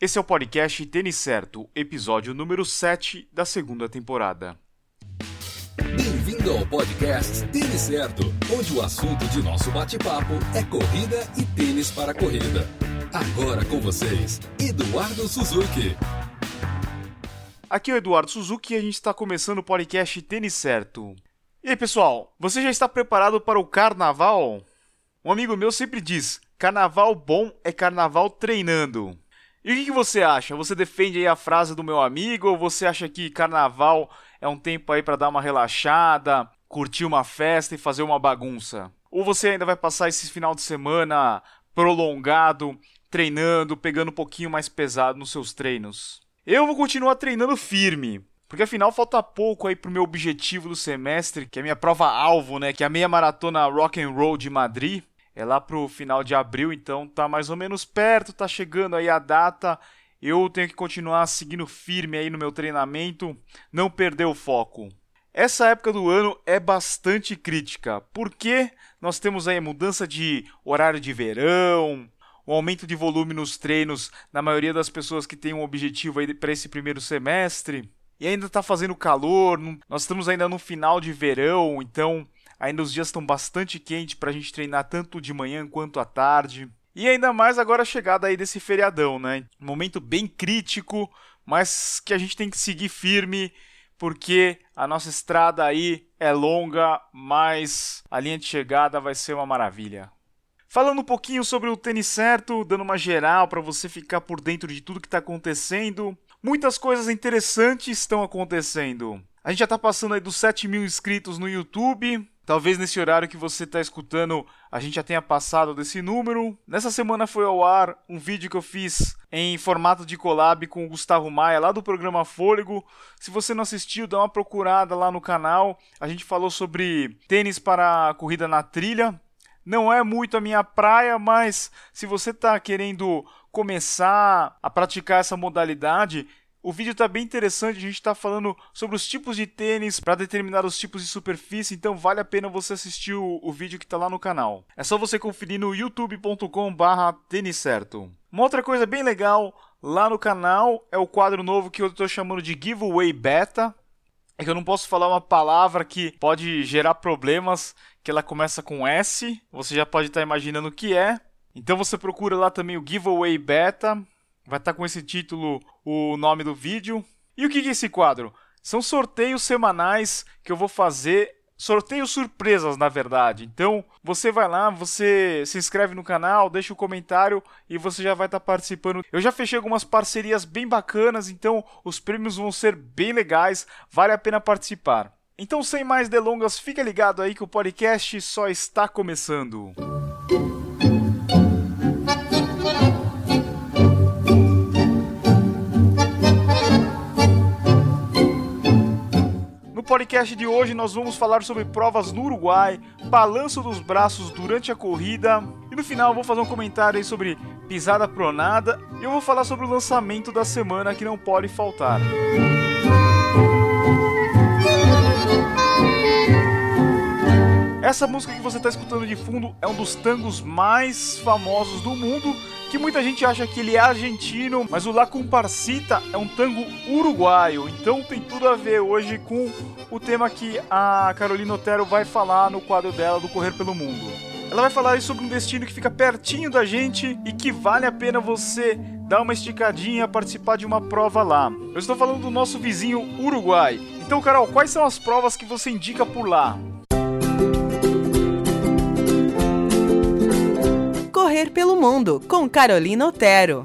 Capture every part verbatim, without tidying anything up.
Esse é o podcast Tênis Certo, episódio número sete da segunda temporada. Bem-vindo ao podcast Tênis Certo, onde o assunto de nosso bate-papo é corrida e tênis para corrida. Agora com vocês, Eduardo Suzuki. Aqui é o Eduardo Suzuki e a gente está começando o podcast Tênis Certo. E aí, pessoal, você já está preparado para o carnaval? Um amigo meu sempre diz, carnaval bom é carnaval treinando. E o que, que você acha? Você defende aí a frase do meu amigo ou você acha que carnaval é um tempo aí para dar uma relaxada, curtir uma festa e fazer uma bagunça? Ou você ainda vai passar esse final de semana prolongado, treinando, pegando um pouquinho mais pesado nos seus treinos? Eu vou continuar treinando firme, porque afinal falta pouco aí pro meu objetivo do semestre, que é a minha prova-alvo, né? Que é a meia maratona Rock and Roll de Madrid. É lá pro final de abril, então tá mais ou menos perto, tá chegando aí a data. Eu tenho que continuar seguindo firme aí no meu treinamento, não perder o foco. Essa época do ano é bastante crítica, porque nós temos aí a mudança de horário de verão, o aumento de volume nos treinos na maioria das pessoas que tem um objetivo aí para esse primeiro semestre. E ainda tá fazendo calor, nós estamos ainda no final de verão, então ainda os dias estão bastante quentes para a gente treinar tanto de manhã quanto à tarde. E ainda mais agora a chegada aí desse feriadão, né? Um momento bem crítico, mas que a gente tem que seguir firme, porque a nossa estrada aí é longa, mas a linha de chegada vai ser uma maravilha. Falando um pouquinho sobre o Tênis Certo, dando uma geral para você ficar por dentro de tudo que está acontecendo. Muitas coisas interessantes estão acontecendo. A gente já está passando aí dos sete mil inscritos no YouTube. Talvez nesse horário que você está escutando, a gente já tenha passado desse número. Nessa semana foi ao ar um vídeo que eu fiz em formato de collab com o Gustavo Maia, lá do programa Fôlego. Se você não assistiu, dá uma procurada lá no canal. A gente falou sobre tênis para corrida na trilha. Não é muito a minha praia, mas se você está querendo começar a praticar essa modalidade, o vídeo está bem interessante. A gente está falando sobre os tipos de tênis para determinar os tipos de superfície, então vale a pena você assistir o, o vídeo que está lá no canal. É só você conferir no youtube ponto com barra tênis certo. Uma outra coisa bem legal lá no canal é o quadro novo que eu estou chamando de Giveaway Beta. É que eu não posso falar uma palavra que pode gerar problemas, que ela começa com S. Você já pode estar imaginando o que é. Então você procura lá também o Giveaway Beta. Vai estar com esse título o nome do vídeo. E o que é esse quadro? São sorteios semanais que eu vou fazer. Sorteios surpresas, na verdade. Então, você vai lá, você se inscreve no canal, deixa um comentário e você já vai estar participando. Eu já fechei algumas parcerias bem bacanas, então os prêmios vão ser bem legais, vale a pena participar. Então, sem mais delongas, fica ligado aí que o podcast só está começando. No podcast de hoje nós vamos falar sobre provas no Uruguai, balanço dos braços durante a corrida e no final eu vou fazer um comentário aí sobre pisada pronada e eu vou falar sobre o lançamento da semana que não pode faltar. Essa música que você está escutando de fundo é um dos tangos mais famosos do mundo, que muita gente acha que ele é argentino, mas o La Comparsita é um tango uruguaio, então tem tudo a ver hoje com o tema que a Carolina Otero vai falar no quadro dela do Correr pelo Mundo. Ela vai falar aí sobre um destino que fica pertinho da gente e que vale a pena você dar uma esticadinha, participar de uma prova lá. Eu estou falando do nosso vizinho Uruguai. Então, Carol, quais são as provas que você indica por lá? Correr pelo Mundo, com Carolina Otero.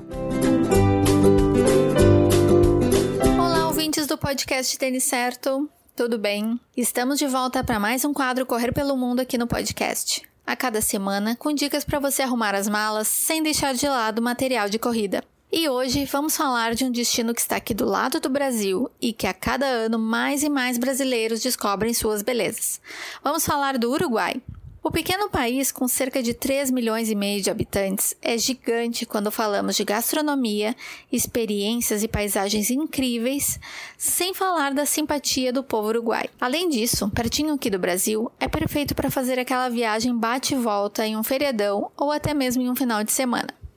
Olá, ouvintes do podcast Tênis Certo, tudo bem? Estamos de volta para mais um quadro Correr pelo Mundo aqui no podcast. A cada semana, com dicas para você arrumar as malas sem deixar de lado o material de corrida. E hoje vamos falar de um destino que está aqui do lado do Brasil e que a cada ano mais e mais brasileiros descobrem suas belezas. Vamos falar do Uruguai. O pequeno país, com cerca de três milhões e meio de habitantes, é gigante quando falamos de gastronomia, experiências e paisagens incríveis, sem falar da simpatia do povo uruguaio. Além disso, pertinho aqui do Brasil, é perfeito para fazer aquela viagem bate e volta em um feriadão ou até mesmo em um final de semana.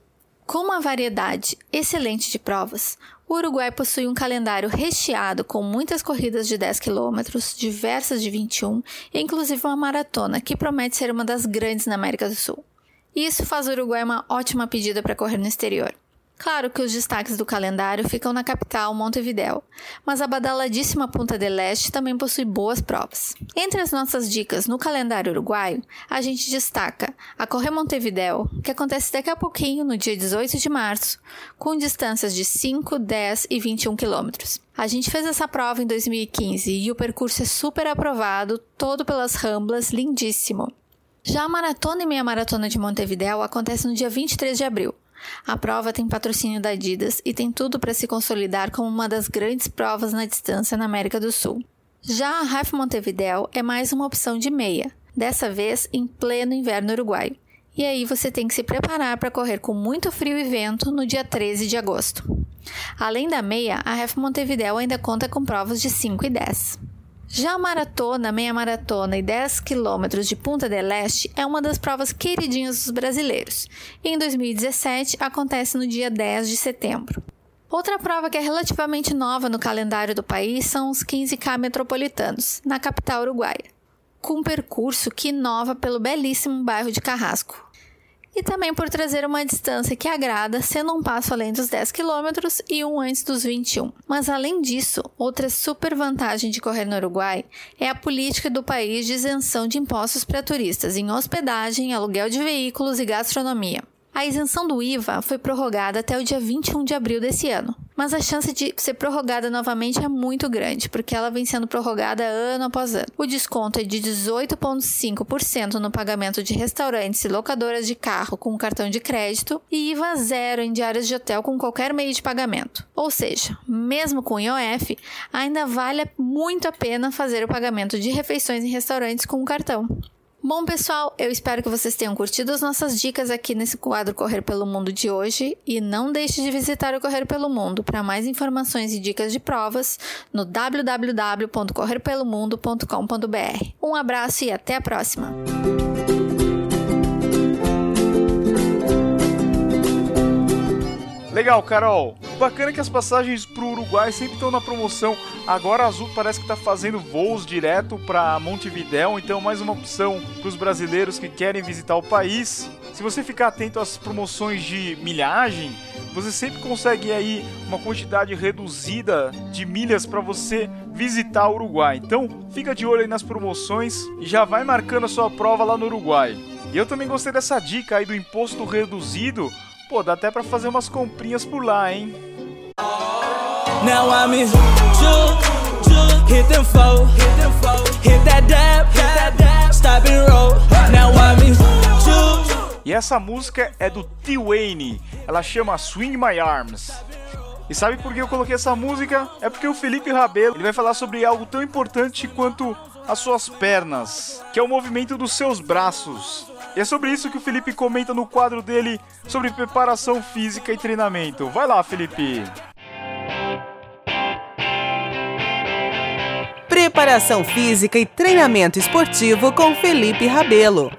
Com uma variedade excelente de provas, o Uruguai possui um calendário recheado com muitas corridas de dez quilômetros, diversas de vinte e um e inclusive uma maratona que promete ser uma das grandes na América do Sul. Isso faz o Uruguai uma ótima pedida para correr no exterior. Claro que os destaques do calendário ficam na capital, Montevidéu, mas a badaladíssima Punta del Este também possui boas provas. Entre as nossas dicas no calendário uruguaio, a gente destaca a Correr Montevidéu, que acontece daqui a pouquinho, no dia dezoito de março, com distâncias de cinco, dez e vinte e um quilômetros. A gente fez essa prova em dois mil e quinze e o percurso é super aprovado, todo pelas Ramblas, lindíssimo. Já a Maratona e Meia Maratona de Montevidéu acontece no dia vinte e três de abril. A prova tem patrocínio da Adidas e tem tudo para se consolidar como uma das grandes provas na distância na América do Sul. Já a Half Montevidéu é mais uma opção de meia, dessa vez em pleno inverno uruguaio. E aí você tem que se preparar para correr com muito frio e vento no dia treze de agosto. Além da meia, a Half Montevidéu ainda conta com provas de cinco e dez. Já a maratona, meia maratona e dez quilômetros de Punta del Este é uma das provas queridinhas dos brasileiros. E em dois mil e dezessete acontece no dia dez de setembro. Outra prova que é relativamente nova no calendário do país são os quinze K metropolitanos, na capital uruguaia, com um percurso que inova pelo belíssimo bairro de Carrasco. E também por trazer uma distância que agrada, sendo um passo além dos dez quilômetros e um antes dos vinte e um. Mas além disso, outra super vantagem de correr no Uruguai é a política do país de isenção de impostos para turistas em hospedagem, aluguel de veículos e gastronomia. A isenção do I V A foi prorrogada até o dia vinte e um de abril desse ano, mas a chance de ser prorrogada novamente é muito grande, porque ela vem sendo prorrogada ano após ano. O desconto é de dezoito vírgula cinco por cento no pagamento de restaurantes e locadoras de carro com cartão de crédito e I V A zero em diárias de hotel com qualquer meio de pagamento. Ou seja, mesmo com I O F, ainda vale muito a pena fazer o pagamento de refeições em restaurantes com o cartão. Bom, pessoal, eu espero que vocês tenham curtido as nossas dicas aqui nesse quadro Correr pelo Mundo de hoje e não deixe de visitar o Correr pelo Mundo para mais informações e dicas de provas no w w w ponto correr pelo mundo ponto com ponto b r. Um abraço e até a próxima! Legal, Carol. Bacana que as passagens pro Uruguai sempre estão na promoção. Agora a Azul parece que está fazendo voos direto para Montevidéu, então mais uma opção para os brasileiros que querem visitar o país. Se você ficar atento às promoções de milhagem, você sempre consegue aí uma quantidade reduzida de milhas para você visitar o Uruguai. Então fica de olho aí nas promoções e já vai marcando a sua prova lá no Uruguai. E eu também gostei dessa dica aí do imposto reduzido. Pô, dá até pra fazer umas comprinhas por lá, hein? Now I'm in juke, juke, hit them four, hit that dab, hit that dab, stop and roll. Now I'm in juke. E essa música é do T-Wayne, ela chama Swing My Arms. E sabe por que eu coloquei essa música? É porque o Felipe Rabelo ele vai falar sobre algo tão importante quanto as suas pernas, que é o movimento dos seus braços. E é sobre isso que o Felipe comenta no quadro dele sobre preparação física e treinamento. Vai lá, Felipe! Preparação física e treinamento esportivo com Felipe Rabelo.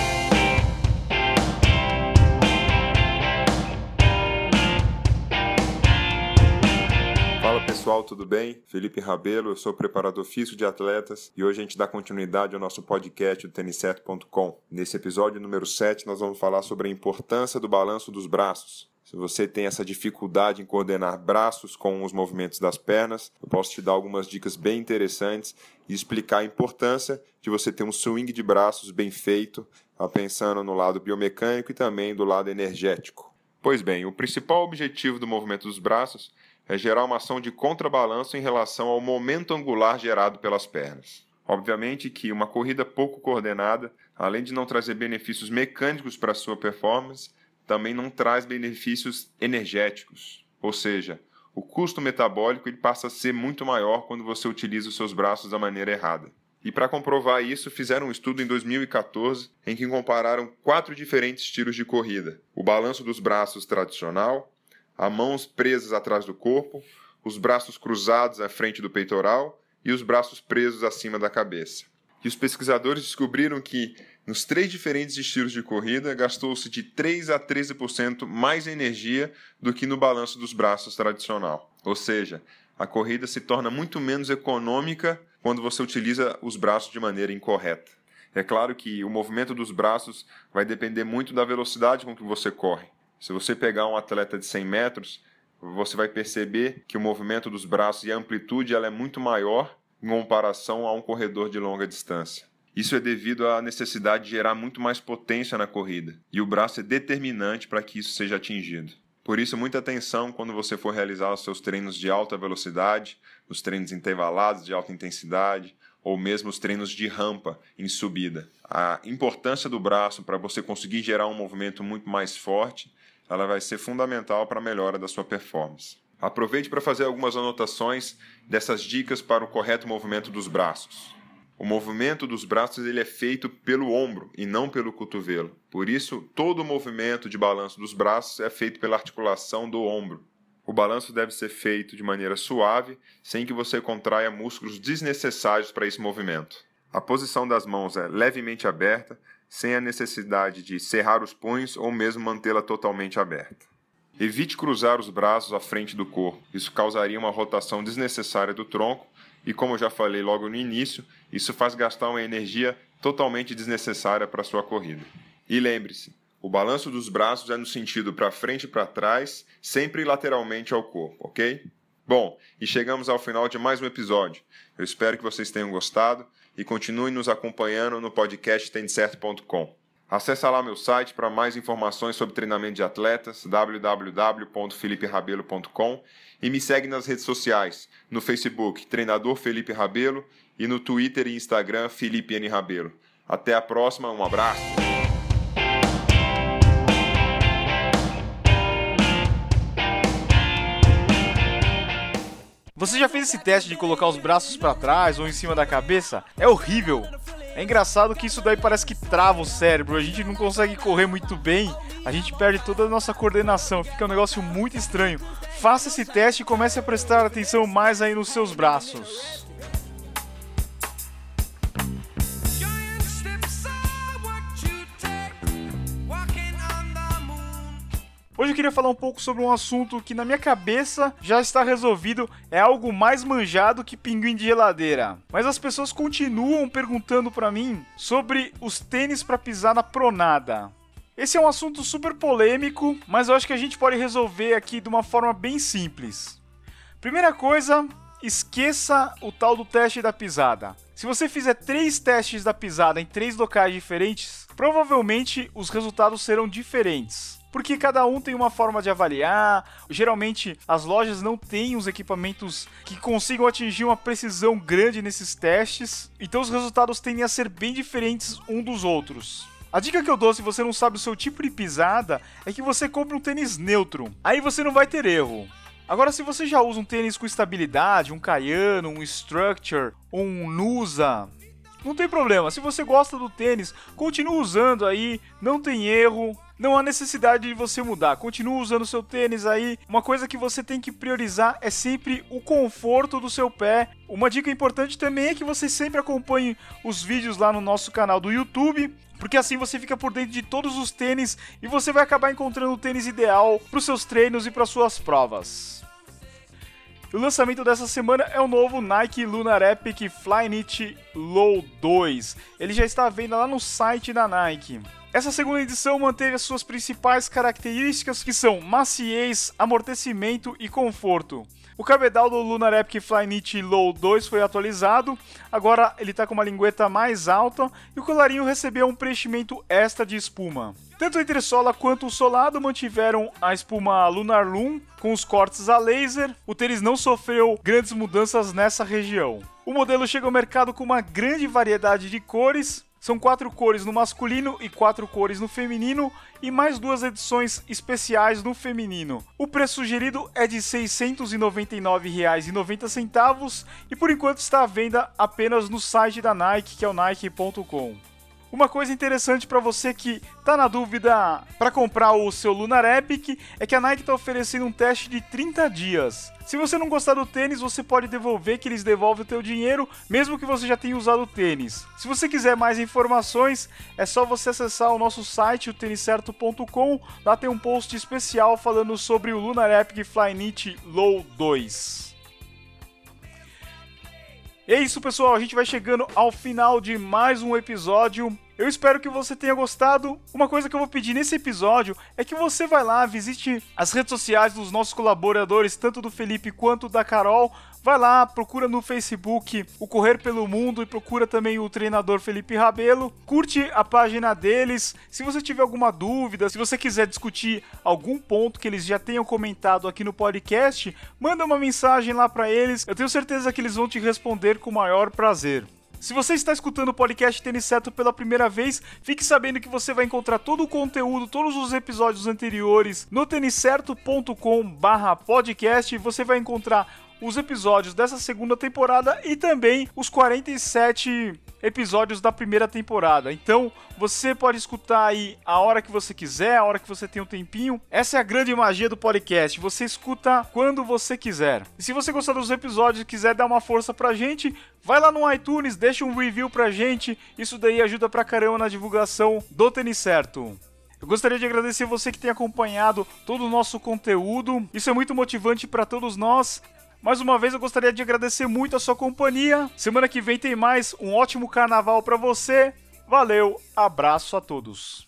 Fala pessoal, tudo bem? Felipe Rabelo, eu sou preparador físico de atletas e hoje a gente dá continuidade ao nosso podcast do tênis certo ponto com. Nesse episódio número sete nós vamos falar sobre a importância do balanço dos braços. Se você tem essa dificuldade em coordenar braços com os movimentos das pernas, eu posso te dar algumas dicas bem interessantes e explicar a importância de você ter um swing de braços bem feito, pensando no lado biomecânico e também do lado energético. Pois bem, o principal objetivo do movimento dos braços é gerar uma ação de contrabalanço em relação ao momento angular gerado pelas pernas. Obviamente que uma corrida pouco coordenada, além de não trazer benefícios mecânicos para a sua performance, também não traz benefícios energéticos. Ou seja, o custo metabólico ele passa a ser muito maior quando você utiliza os seus braços da maneira errada. E para comprovar isso, fizeram um estudo em dois mil e catorze em que compararam quatro diferentes estilos de corrida. O balanço dos braços tradicional, as mãos presas atrás do corpo, os braços cruzados à frente do peitoral e os braços presos acima da cabeça. E os pesquisadores descobriram que Nos três diferentes estilos de corrida, gastou-se de três a treze por cento mais energia do que no balanço dos braços tradicional. Ou seja, a corrida se torna muito menos econômica quando você utiliza os braços de maneira incorreta. É claro que o movimento dos braços vai depender muito da velocidade com que você corre. Se você pegar um atleta de cem metros, você vai perceber que o movimento dos braços e a amplitude ela é muito maior em comparação a um corredor de longa distância. Isso é devido à necessidade de gerar muito mais potência na corrida, e o braço é determinante para que isso seja atingido. Por isso, muita atenção quando você for realizar os seus treinos de alta velocidade, os treinos intervalados de alta intensidade, ou mesmo os treinos de rampa em subida. A importância do braço para você conseguir gerar um movimento muito mais forte, ela vai ser fundamental para a melhora da sua performance. Aproveite para fazer algumas anotações dessas dicas para o correto movimento dos braços. O movimento dos braços ele é feito pelo ombro e não pelo cotovelo. Por isso, todo o movimento de balanço dos braços é feito pela articulação do ombro. O balanço deve ser feito de maneira suave, sem que você contraia músculos desnecessários para esse movimento. A posição das mãos é levemente aberta, sem a necessidade de cerrar os punhos ou mesmo mantê-la totalmente aberta. Evite cruzar os braços à frente do corpo. Isso causaria uma rotação desnecessária do tronco e, como eu já falei logo no início, isso faz gastar uma energia totalmente desnecessária para a sua corrida. E lembre-se, o balanço dos braços é no sentido para frente e para trás, sempre lateralmente ao corpo, ok? Bom, e chegamos ao final de mais um episódio. Eu espero que vocês tenham gostado e continuem nos acompanhando no podcast tênis certo ponto com. Acesse lá meu site para mais informações sobre treinamento de atletas, w w w ponto felipe rabelo ponto com, e me segue nas redes sociais, no Facebook, Treinador Felipe Rabelo, e no Twitter e Instagram, Felipe N. Rabelo. Até a próxima, um abraço! Você já fez esse teste de colocar os braços pra trás ou em cima da cabeça? É horrível! É engraçado que isso daí parece que trava o cérebro, a gente não consegue correr muito bem, a gente perde toda a nossa coordenação, fica um negócio muito estranho. Faça esse teste e comece a prestar atenção mais aí nos seus braços. Hoje eu queria falar um pouco sobre um assunto que na minha cabeça já está resolvido, é algo mais manjado que pinguim de geladeira. Mas as pessoas continuam perguntando pra mim sobre os tênis para pisar na pronada. Esse é um assunto super polêmico, mas eu acho que a gente pode resolver aqui de uma forma bem simples. Primeira coisa, esqueça o tal do teste da pisada. Se você fizer três testes da pisada em três locais diferentes, provavelmente os resultados serão diferentes. Porque cada um tem uma forma de avaliar, geralmente as lojas não têm os equipamentos que consigam atingir uma precisão grande nesses testes, então os resultados tendem a ser bem diferentes um dos outros. A dica que eu dou se você não sabe o seu tipo de pisada é que você compre um tênis neutro, aí você não vai ter erro. Agora, se você já usa um tênis com estabilidade, um Kayano, um Structure, um Nusa, não tem problema, se você gosta do tênis, continue usando aí, não tem erro. Não há necessidade de você mudar, continue usando o seu tênis aí. Uma coisa que você tem que priorizar é sempre o conforto do seu pé. Uma dica importante também é que você sempre acompanhe os vídeos lá no nosso canal do YouTube, porque assim você fica por dentro de todos os tênis e você vai acabar encontrando o tênis ideal para os seus treinos e para suas provas. O lançamento dessa semana é o novo Nike Lunar Epic Flyknit Low dois. Ele já está à venda lá no site da Nike. Essa segunda edição manteve as suas principais características, que são maciez, amortecimento e conforto. O cabedal do Lunar Epic Flyknit Low dois foi atualizado, agora ele está com uma lingueta mais alta e o colarinho recebeu um preenchimento extra de espuma. Tanto a entressola quanto o solado mantiveram a espuma Lunar Loom com os cortes a laser. O tênis não sofreu grandes mudanças nessa região. O modelo chega ao mercado com uma grande variedade de cores. São quatro cores no masculino e quatro cores no feminino e mais duas edições especiais no feminino. O preço sugerido é de seiscentos e noventa e nove reais e noventa centavos e por enquanto está à venda apenas no site da Nike, que é o nike ponto com. Uma coisa interessante para você que tá na dúvida para comprar o seu Lunar Epic é que a Nike tá oferecendo um teste de trinta dias. Se você não gostar do tênis, você pode devolver, que eles devolvem o teu dinheiro, mesmo que você já tenha usado o tênis. Se você quiser mais informações, é só você acessar o nosso site, o tênis certo ponto com. Lá tem um post especial falando sobre o Lunar Epic Flyknit Low dois. E é isso, pessoal, a gente vai chegando ao final de mais um episódio. Eu espero que você tenha gostado. Uma coisa que eu vou pedir nesse episódio é que você vai lá, visite as redes sociais dos nossos colaboradores, tanto do Felipe quanto da Carol. Vai lá, procura no Facebook o Correr Pelo Mundo e procura também o treinador Felipe Rabelo. Curte a página deles. Se você tiver alguma dúvida, se você quiser discutir algum ponto que eles já tenham comentado aqui no podcast, manda uma mensagem lá para eles. Eu tenho certeza que eles vão te responder com o maior prazer. Se você está escutando o podcast Tênis Certo pela primeira vez, fique sabendo que você vai encontrar todo o conteúdo, todos os episódios anteriores no tênis certo ponto com barra podcast. Você vai encontrar os episódios dessa segunda temporada e também os quarenta e sete episódios da primeira temporada. Então, você pode escutar aí a hora que você quiser, a hora que você tem um tempinho. Essa é a grande magia do podcast, você escuta quando você quiser. E se você gostar dos episódios e quiser dar uma força pra gente, vai lá no iTunes, deixa um review pra gente. Isso daí ajuda pra caramba na divulgação do Tênis Certo. Eu gostaria de agradecer você que tem acompanhado todo o nosso conteúdo. Isso é muito motivante para todos nós. Mais uma vez eu gostaria de agradecer muito a sua companhia. Semana que vem tem mais. Um ótimo carnaval para você. Valeu, abraço a todos.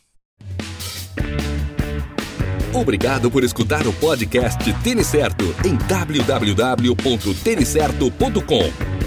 Obrigado por escutar o podcast Tênis Certo em w w w ponto tênis certo ponto com.